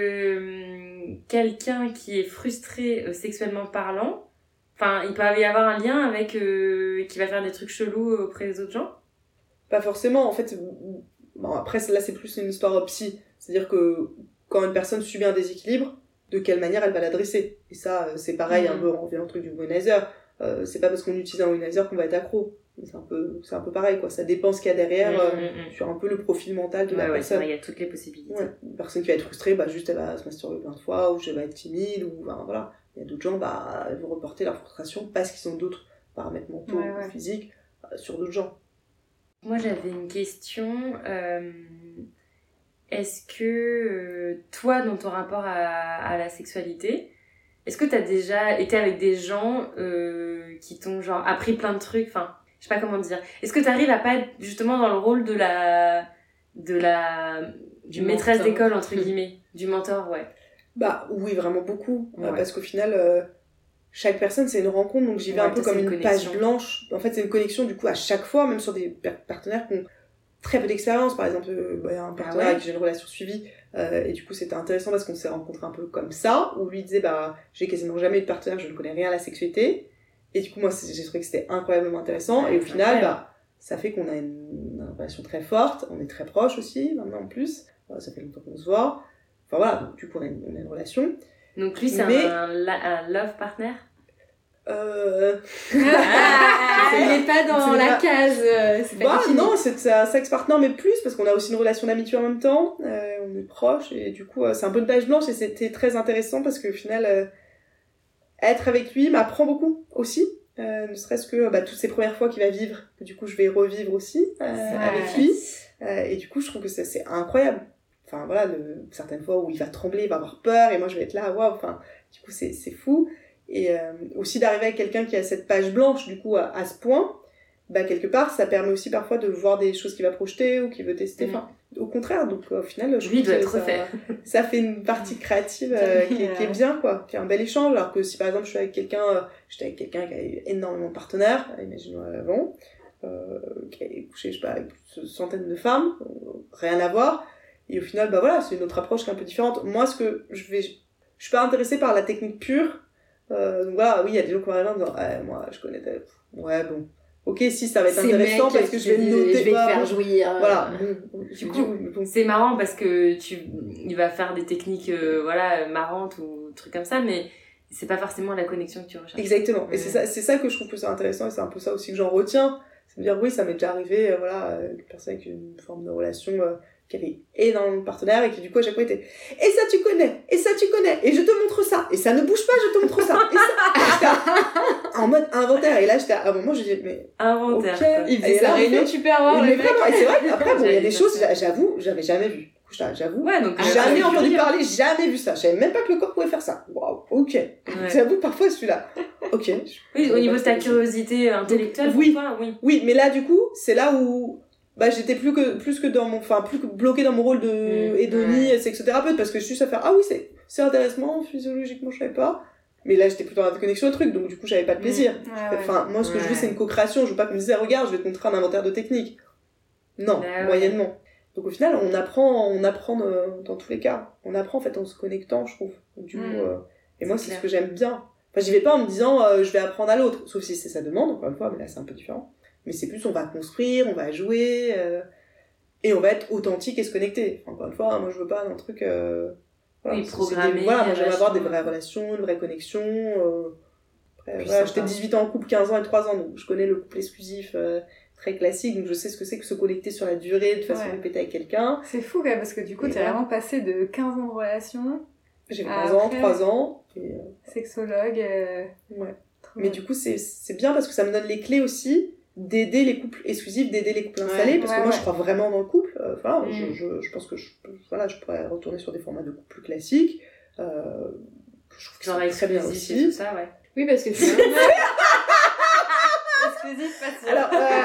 que quelqu'un qui est frustré sexuellement parlant, il peut y avoir un lien avec qui va faire des trucs chelous auprès des autres gens? Pas forcément, en fait. Après, là, c'est plus une histoire psy. C'est-à-dire que quand une personne subit un déséquilibre, de quelle manière elle va l'adresser. Et ça, c'est pareil, un peu, on revient au truc du womanizer. C'est pas parce qu'on utilise un womanizer qu'on va être accro. C'est un peu pareil, quoi. Ça dépend ce qu'il y a derrière, sur un peu le profil mental de la personne. Il y a toutes les possibilités. Ouais. Une personne qui va être frustrée, juste elle va se masturber plein de fois, ou elle va être timide, ou voilà. Il y a d'autres gens, ils vont reporter leur frustration parce qu'ils ont d'autres paramètres mentaux ou physiques sur d'autres gens. Moi, j'avais une question. Est-ce que toi, dans ton rapport à la sexualité, est-ce que t'as déjà été avec des gens qui t'ont genre appris plein de trucs, enfin, je sais pas comment dire. Est-ce que t'arrives à pas être justement dans le rôle du maîtresse d'école, entre guillemets, du mentor, ouais. Bah oui, vraiment beaucoup, parce qu'au final, chaque personne c'est une rencontre, donc j'y vais un peu comme une page blanche. En fait, c'est une connexion du coup à chaque fois, même sur des partenaires qui ont très peu d'expérience. Par exemple, un partenaire avec qui j'ai une relation suivie, et du coup c'était intéressant parce qu'on s'est rencontrés un peu comme ça, où lui disait j'ai quasiment jamais eu de partenaire, je ne connais rien à la sexualité, et du coup moi j'ai trouvé que c'était incroyablement intéressant, et au final ça fait qu'on a une relation très forte, on est très proches aussi maintenant en plus, ça fait longtemps qu'on se voit, enfin voilà, donc du coup on a une relation. Donc lui c'est un love partner. Il n'est pas dans la case. Non, c'est un sex partner, mais plus parce qu'on a aussi une relation d'amitié en même temps. On est proches et du coup, c'est un peu une page blanche et c'était très intéressant parce qu'au final, être avec lui m'apprend beaucoup aussi. Ne serait-ce que toutes ces premières fois qu'il va vivre, que du coup je vais revivre aussi avec lui. Et du coup, je trouve que c'est incroyable. Enfin voilà, certaines fois où il va trembler, il va avoir peur et moi je vais être là, waouh. Enfin, du coup, c'est fou. Et aussi d'arriver avec quelqu'un qui a cette page blanche du coup à ce point, quelque part ça permet aussi parfois de voir des choses qu'il va projeter ou qu'il veut tester. Enfin, au contraire, donc au final je trouve que ça fait une partie créative qui est bien, quoi, qui est un bel échange. Alors que si par exemple j'étais avec quelqu'un qui a eu énormément de partenaires, imaginons avant, qui a couché je sais pas avec une centaine de femmes, rien à voir, et au final voilà, c'est une autre approche qui est un peu différente. Moi je suis pas intéressée par la technique pure. Donc voilà, oui, il y a des gens qui vont arriver en disant moi je connais bon, ok, si ça va être intéressant parce que je vais noter, je vais te faire jouir, voilà. Du coup c'est marrant parce que il va faire des techniques marrantes ou trucs comme ça, mais c'est pas forcément la connexion que tu recherches. Exactement. Et c'est ça que je trouve que c'est intéressant, et c'est un peu ça aussi que j'en retiens, c'est de dire oui, ça m'est déjà arrivé une personne avec une forme de relation qui avait énormément de partenaires et qui du coup à chaque fois était et ça tu connais et je te montre ça et ça ne bouge pas, je te montre ça et ça en mode inventaire. Et là j'étais à un moment je dis mais inventaire, okay. Il faisait sa réunion tu peux avoir mais vraiment, et c'est vrai qu'après il y a des choses j'avoue j'avais jamais vu, j'avoue jamais entendu parler, jamais vu ça, je savais même pas que le corps pouvait faire ça. Waouh, ok. J'avoue parfois je suis là ok. Oui, au niveau de ta curiosité intellectuelle. Donc, oui, mais là du coup c'est là où j'étais plus que dans mon, plus que bloquée dans mon rôle de Edonie, sexothérapeute, parce que je suis juste à faire oui c'est intéressant, physiologiquement je savais pas, mais là j'étais plutôt dans la connexion au truc, donc du coup j'avais pas de plaisir. Moi ce que je veux c'est une co-création, je veux pas qu'on me dise regarde je vais te montrer un inventaire de techniques, non, moyennement. Donc au final on apprend dans tous les cas, on apprend en fait en se connectant, je trouve. Donc, du coup et moi c'est ce que j'aime bien. Enfin j'y vais pas en me disant je vais apprendre à l'autre, sauf si c'est sa demande encore une fois, mais là c'est un peu différent. Mais c'est plus on va construire, on va jouer, et on va être authentique et se connecter. Encore une fois, moi je veux pas un truc programmé. Moi j'aime avoir des vraies relations, une vraie connexion. J'étais 18 ans en couple, 15 ans et 3 ans, donc je connais le couple exclusif très classique, donc je sais ce que c'est que se connecter sur la durée de façon répétée avec quelqu'un. C'est fou quand même, parce que du coup t'es vraiment passé de 15 ans de relation. J'ai 15 ans, 3 ans. Et, sexologue. Mais du coup c'est bien parce que ça me donne les clés aussi d'aider les couples exclusifs, d'aider les couples installés, parce que moi je crois vraiment dans le couple. Je pense que je pourrais retourner sur des formats de couple plus classiques, que je trouve que c'est très bien aussi. Tout ça, oui, parce que exclusif, facile. Alors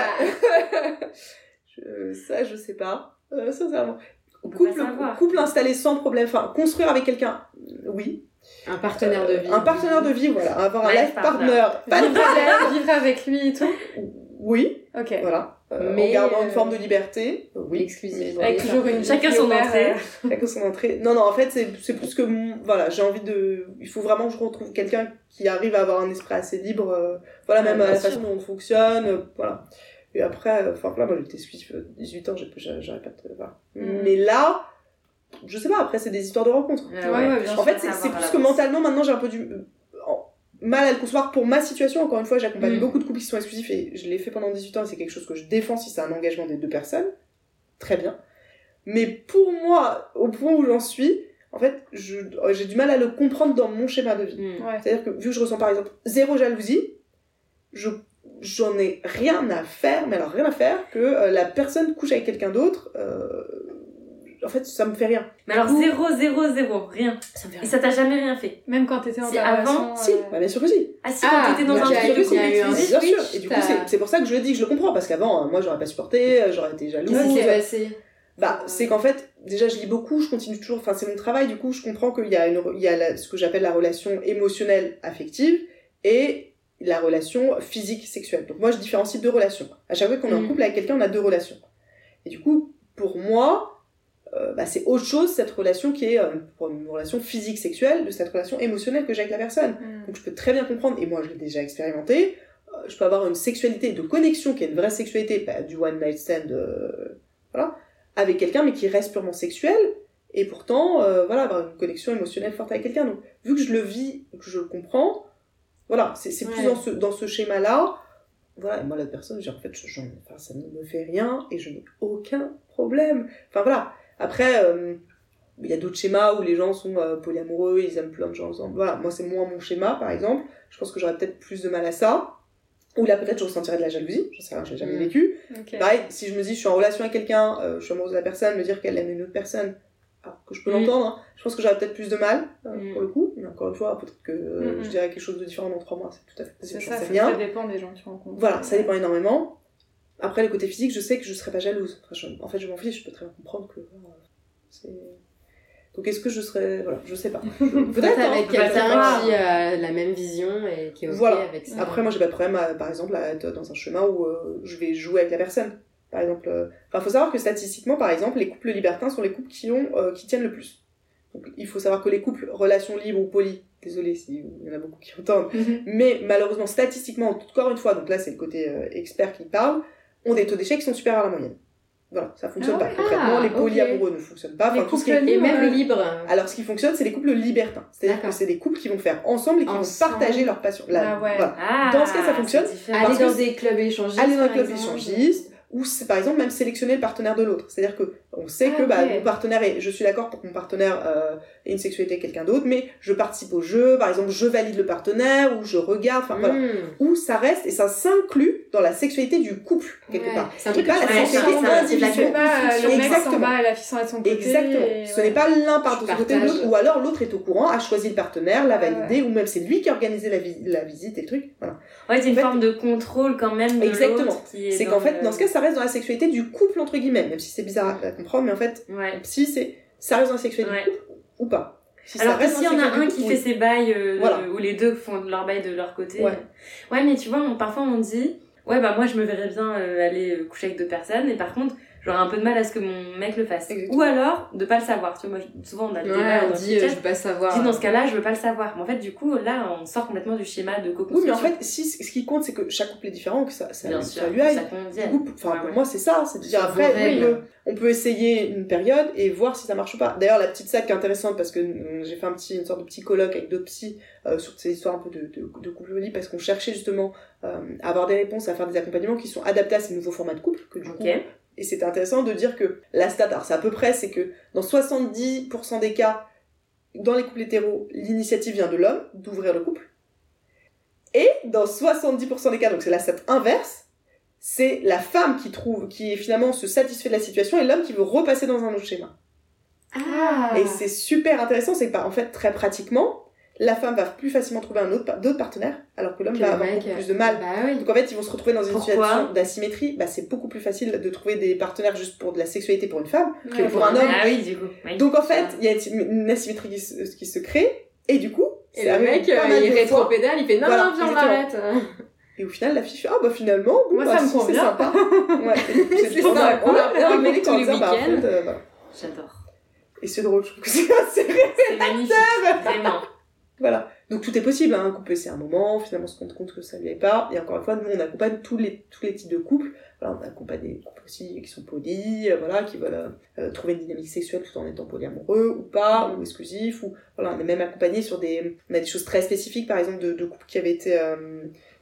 ça je sais pas, sincèrement. Couple installé sans problème, construire avec quelqu'un, oui. Un partenaire de vie. Un partenaire de vie, voilà. Avoir un life partner. Pas de problème. Vivre avec lui et tout. Oui. Ok. Voilà. En gardant une forme de liberté. Oui. Exclusive. Avec toujours une chacun son entrée. Chacun son entrée. Non, en fait, c'est plus que j'ai envie de, il faut vraiment que je retrouve quelqu'un qui arrive à avoir un esprit assez libre, même à la façon dont on fonctionne, voilà. Et après, moi, j'étais suisse, 18 ans, j'arrête pas de, voilà. Mais là, je sais pas, après c'est des histoires de rencontres. En fait c'est plus que mentalement maintenant j'ai un peu du mal à le concevoir pour ma situation. Encore une fois j'accompagne beaucoup de couples qui sont exclusifs et je l'ai fait pendant 18 ans et c'est quelque chose que je défends si c'est un engagement des deux personnes, très bien, mais pour moi au point où j'en suis en fait j'ai du mal à le comprendre dans mon schéma de vie. C'est à dire que vu que je ressens par exemple zéro jalousie, j'en ai rien à faire, mais alors rien à faire que la personne couche avec quelqu'un d'autre. En fait, ça me fait rien. Mais alors, 0, rien. Ça me fait rien. Et ça t'a jamais rien fait? Même quand t'étais en avant, si, bien sûr que si. Ah si, quand t'étais dans un truc de couple exclusif, bien sûr. Et du coup, c'est pour ça que je le dis, que je le comprends, parce qu'avant, moi, j'aurais pas supporté, j'aurais été jalouse. Qu'est-ce qui s'est passé? C'est qu'en fait, déjà, je lis beaucoup, je continue toujours, enfin, c'est mon travail, du coup, je comprends qu'il y a ce que j'appelle la relation émotionnelle affective et la relation physique sexuelle. Donc moi, je différencie deux relations. À chaque fois qu'on est en couple avec quelqu'un, on a deux relations. Et du coup, pour moi, c'est autre chose cette relation qui est une relation physique sexuelle de cette relation émotionnelle que j'ai avec la personne. Donc je peux très bien comprendre, et moi je l'ai déjà expérimenté, je peux avoir une sexualité de connexion qui est une vraie sexualité, pas du one night stand, voilà, avec quelqu'un mais qui reste purement sexuel, et pourtant avoir une connexion émotionnelle forte avec quelqu'un. Donc vu que je le vis, que je le comprends, voilà, c'est plus dans ce schéma là. Voilà, et moi la personne, ça ne me fait rien et je n'ai aucun problème. Enfin voilà. Après, il y a d'autres schémas où les gens sont polyamoureux, ils aiment plein de gens ensemble. Voilà, moi c'est moins mon schéma par exemple. Je pense que j'aurais peut-être plus de mal à ça. Ou là peut-être je ressentirais de la jalousie, je sais rien, je l'ai jamais vécu. Okay. Pareil, si je me dis je suis en relation avec quelqu'un, je suis amoureuse de la personne, me dire qu'elle aime une autre personne, alors que je peux l'entendre, hein, je pense que j'aurais peut-être plus de mal pour le coup. Mais encore une fois, peut-être que je dirais quelque chose de différent dans 3 mois, c'est tout à fait possible. Ça dépend des gens que tu rencontres. Voilà, ça dépend énormément. Après le côté physique, je sais que je serais pas jalouse. Enfin, en fait, je m'en fiche, je peux très bien comprendre que c'est... Donc est-ce que je serais... Voilà, je sais pas. Peut-être avec quelqu'un qui a la même vision et qui est ok avec ça. Après, moi j'ai pas de problème, par exemple, à être dans un chemin où je vais jouer avec la personne. Par exemple, faut savoir que statistiquement, par exemple, les couples libertins sont les couples qui tiennent le plus. Donc il faut savoir que les couples relations libres ou poly, désolé s'il y en a beaucoup qui entendent, mais malheureusement, statistiquement, encore une fois, donc là c'est le côté expert qui parle, ont des taux d'échec qui sont supérieurs à la moyenne. Voilà, ça fonctionne pas. Concrètement, les polyamoureux ne fonctionnent pas. Tout ce qui est... Et même les libres. Alors, ce qui fonctionne, c'est les couples libertins. C'est-à-dire que c'est des couples qui vont faire ensemble et qui vont partager leur passion. Voilà. Dans ce cas, ça fonctionne. Aller dans des clubs échangistes. Ou c'est par exemple même sélectionner le partenaire de l'autre. C'est-à-dire que on sait que mon partenaire je suis d'accord pour que mon partenaire ait une sexualité avec quelqu'un d'autre, mais je participe au jeu, par exemple je valide le partenaire ou je regarde, enfin voilà. Où ça reste et ça s'inclut dans la sexualité du couple quelque part. C'est un truc pas la sexualité individuelle. Le mec s'en va, la fille s'en va de son côté. Exactement. Ce n'est pas l'un par de son côté de l'autre, ou alors l'autre est au courant, a choisi le partenaire, l'a validé, ou même c'est lui qui a organisé la visite et le truc. Voilà. Ouais, c'est une forme de contrôle quand même de l'autre. C'est qu'en fait, dans ce cas, ça reste dans la sexualité du couple entre guillemets, même si c'est bizarre à comprendre, mais en fait, si ça reste dans la sexualité du couple ou pas. Alors que s'il y en a un qui fait ses bails, ou les deux font leur bail de leur côté. Ouais, mais tu vois, parfois on dit, moi je me verrais bien aller coucher avec 2 personnes, et par contre, j'aurais un peu de mal à ce que mon mec le fasse. Exactement. Ou alors, de pas le savoir. Tu vois, moi, souvent, on a le débat on dit, je veux pas le savoir. Dans ce cas-là, je veux pas le savoir. Mais en fait, du coup, là, on sort complètement du schéma de co-construction. Oui, mais en fait, ce qui compte, c'est que chaque couple est différent, que ça lui aille. Pour moi, c'est ça. C'est de dire après, on peut essayer une période et voir si ça marche ou pas. D'ailleurs, la petite sac qui est intéressante, parce que j'ai fait une sorte de petit colloque avec d'autres psys, sur ces histoires un peu de couple libre, parce qu'on cherchait justement, à avoir des réponses, à faire des accompagnements qui sont adaptés à ces nouveaux formats de couple, que du coup, et c'était intéressant de dire que la stat, alors c'est à peu près, c'est que dans 70% des cas, dans les couples hétéros, l'initiative vient de l'homme, d'ouvrir le couple. Et dans 70% des cas, donc c'est la stat inverse, c'est la femme qui finalement se satisfait de la situation et l'homme qui veut repasser dans un autre schéma. Et c'est super intéressant, c'est que en fait, très pratiquement, la femme va plus facilement trouver d'autres partenaires, alors que l'homme va avoir beaucoup plus de mal. Donc en fait, ils vont se retrouver dans une situation d'asymétrie. C'est beaucoup plus facile de trouver des partenaires juste pour de la sexualité pour une femme que pour un homme. Donc en fait, il y a une asymétrie qui se crée, et du coup... Et le mec, il rétro-pédale, il fait non, viens, on arrête. Et au final, la fille fait finalement, ça me convient. C'est sympa. C'est sympa. On a mec tous les week-ends. J'adore. Et c'est drôle, je trouve que c'est assez c'est magnifique, vraiment. Voilà. Donc tout est possible, hein. Un couple peut essayer un moment, finalement se rendre compte que ça lui est pas. Et encore une fois, nous on accompagne tous les types de couples. Voilà, on accompagne des couples aussi qui sont polis, qui veulent trouver une dynamique sexuelle tout en étant polyamoureux ou pas, ou exclusif, ou voilà, on est même accompagné sur on a des choses très spécifiques, par exemple de couples qui avaient été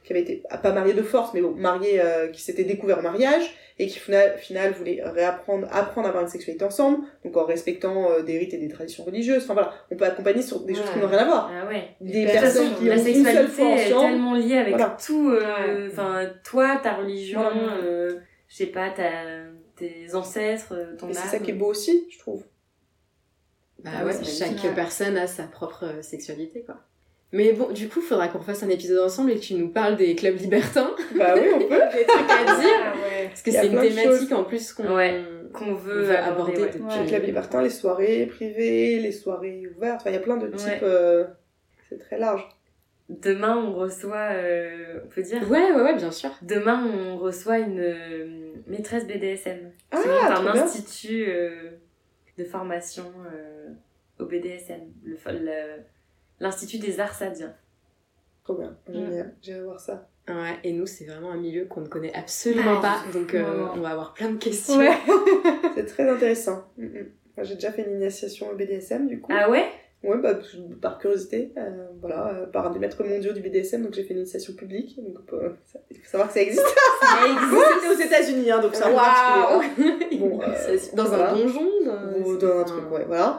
qui avait été pas marié de force, mais bon, marié qui s'était découvert en mariage et qui final voulait apprendre à avoir une sexualité ensemble, donc en respectant des rites et des traditions religieuses. Enfin voilà, on peut accompagner sur des choses qui n'ont rien à voir. Ah ouais. Des personnes qui la ont une seule fois sexualité est ensemble. tellement liée avec tout. Enfin, toi, ta religion, je sais pas, tes ancêtres, ton âme. Et c'est ça qui est beau aussi, je trouve. Bah ouais, chaque personne a sa propre sexualité, quoi. Mais bon, du coup, faudra qu'on fasse un épisode ensemble et que tu nous parles des clubs libertins. Bah oui, on peut. Des trucs à dire. Parce que c'est une thématique en plus qu'on veut aborder depuis. Les clubs libertins, les soirées privées, les soirées ouvertes. Enfin, il y a plein de types. C'est très large. Demain, on reçoit, on peut dire. Ouais, bien sûr. Demain, on reçoit une maîtresse BDSM. Ah, qui monte un institut de formation au BDSM. L'Institut des Arts Sadiens. Trop bien, génial, j'irai voir ça. Ouais, et nous, c'est vraiment un milieu qu'on ne connaît absolument pas, donc on va avoir plein de questions. Ouais. C'est très intéressant. Moi, j'ai déjà fait une initiation au BDSM, du coup. Ah ouais? Ouais, bah, par curiosité, par des maîtres mondiaux du BDSM, donc j'ai fait une initiation publique, donc il faut savoir que ça existe. Ça existe. C'était aux États-Unis, hein, donc c'est un peu particulier. Bon, dans un donjon, dans un truc, voilà.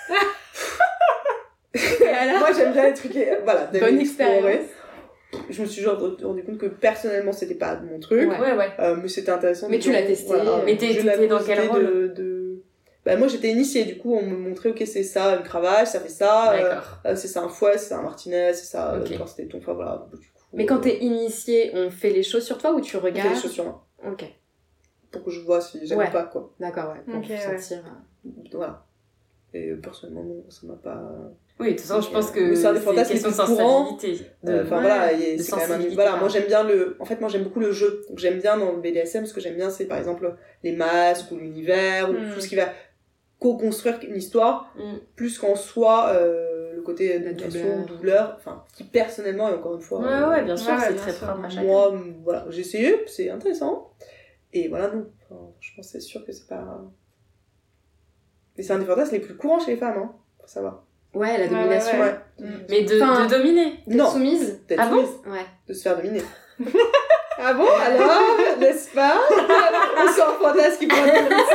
Moi j'aime bien les trucs bonne expérience. Je me suis rendu compte que personnellement c'était pas mon truc, mais c'était intéressant. Mais tu l'as testé. Mais t'étais dans quel rôle Bah moi j'étais initiée, du coup on me montrait ok c'est ça une cravache, ça fait ça, c'est ça un fouet, c'est ça un martinet, c'est ça quand c'était ton enfin voilà. Du coup, mais quand t'es initiée, on fait les choses sur toi ou tu regardes? On fait les choses sur moi. Ok. Pour que je vois si j'aime ou pas quoi. D'accord, ouais. Pour sentir. Voilà. Et personnellement non, ça m'a pas. Oui, de toute façon, je pense que c'est un des fantasmes les plus courants. Enfin voilà, c'est quand même voilà, moi j'aime bien moi j'aime beaucoup le jeu. Donc j'aime bien dans le BDSM, ce que j'aime bien c'est par exemple les masques ou l'univers ou tout ce qui va co-construire une histoire plus qu'en soi le côté d'animation ou douleur, enfin qui personnellement et encore une fois ouais bien sûr, c'est très propre à chacun. Moi voilà, j'ai essayé, c'est intéressant. Et voilà, non. Enfin, je pense c'est sûr que c'est pas. Et c'est un des fantasmes les plus courants chez les femmes, hein, faut savoir. Ouais, la domination. Ouais. Mais de dominer. D'être soumise. D'être soumise. Ouais. De se faire dominer. Ah bon, alors, n'est-ce pas? On sent un fantasme qui prend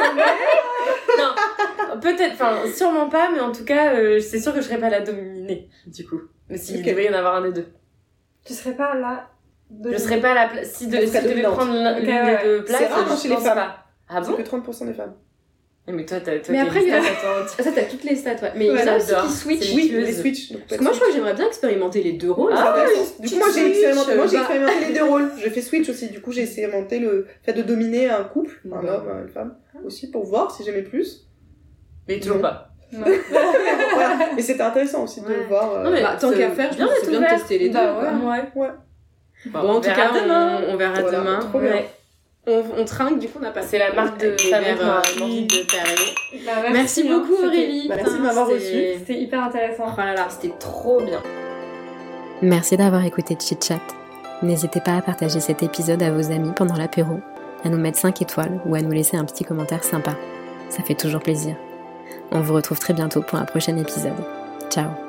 Non, peut-être, enfin, sûrement pas, mais en tout cas, c'est sûr que je serais pas la dominée, du coup. Mais s'il devait y en avoir un des deux. Tu serais pas là. Je serais pas la place. Si devais prendre l'une des deux places, c'est rare chez les femmes. Pas. Ah bon? C'est que 30% des femmes. Mais toi, mais après, ça, t'as toutes les stats, ouais. Mais il y en a aussi qui switchent. Oui, les switch. Parce que moi, je crois que j'aimerais bien expérimenter les deux rôles. Du coup, moi, j'ai expérimenté les deux rôles. J'ai fait switch aussi. Du coup, j'ai expérimenté le fait de dominer un couple, un homme, une femme, aussi, pour voir si j'aimais plus. Mais toujours pas. Voilà. Et c'était intéressant aussi de voir. Non, mais tant qu'à faire, je pense que c'est bien de tester les deux. Ouais. Bon, en tout cas, on verra demain. Trop bien. On trinque, du coup, on n'a pas. C'est la marque de fabrique de Perrier. Merci beaucoup, Aurélie. Merci de m'avoir reçue. C'était hyper intéressant. Oh là là, c'était trop bien. Merci d'avoir écouté Chit Chat. N'hésitez pas à partager cet épisode à vos amis pendant l'apéro, à nous mettre 5 étoiles ou à nous laisser un petit commentaire sympa. Ça fait toujours plaisir. On vous retrouve très bientôt pour un prochain épisode. Ciao.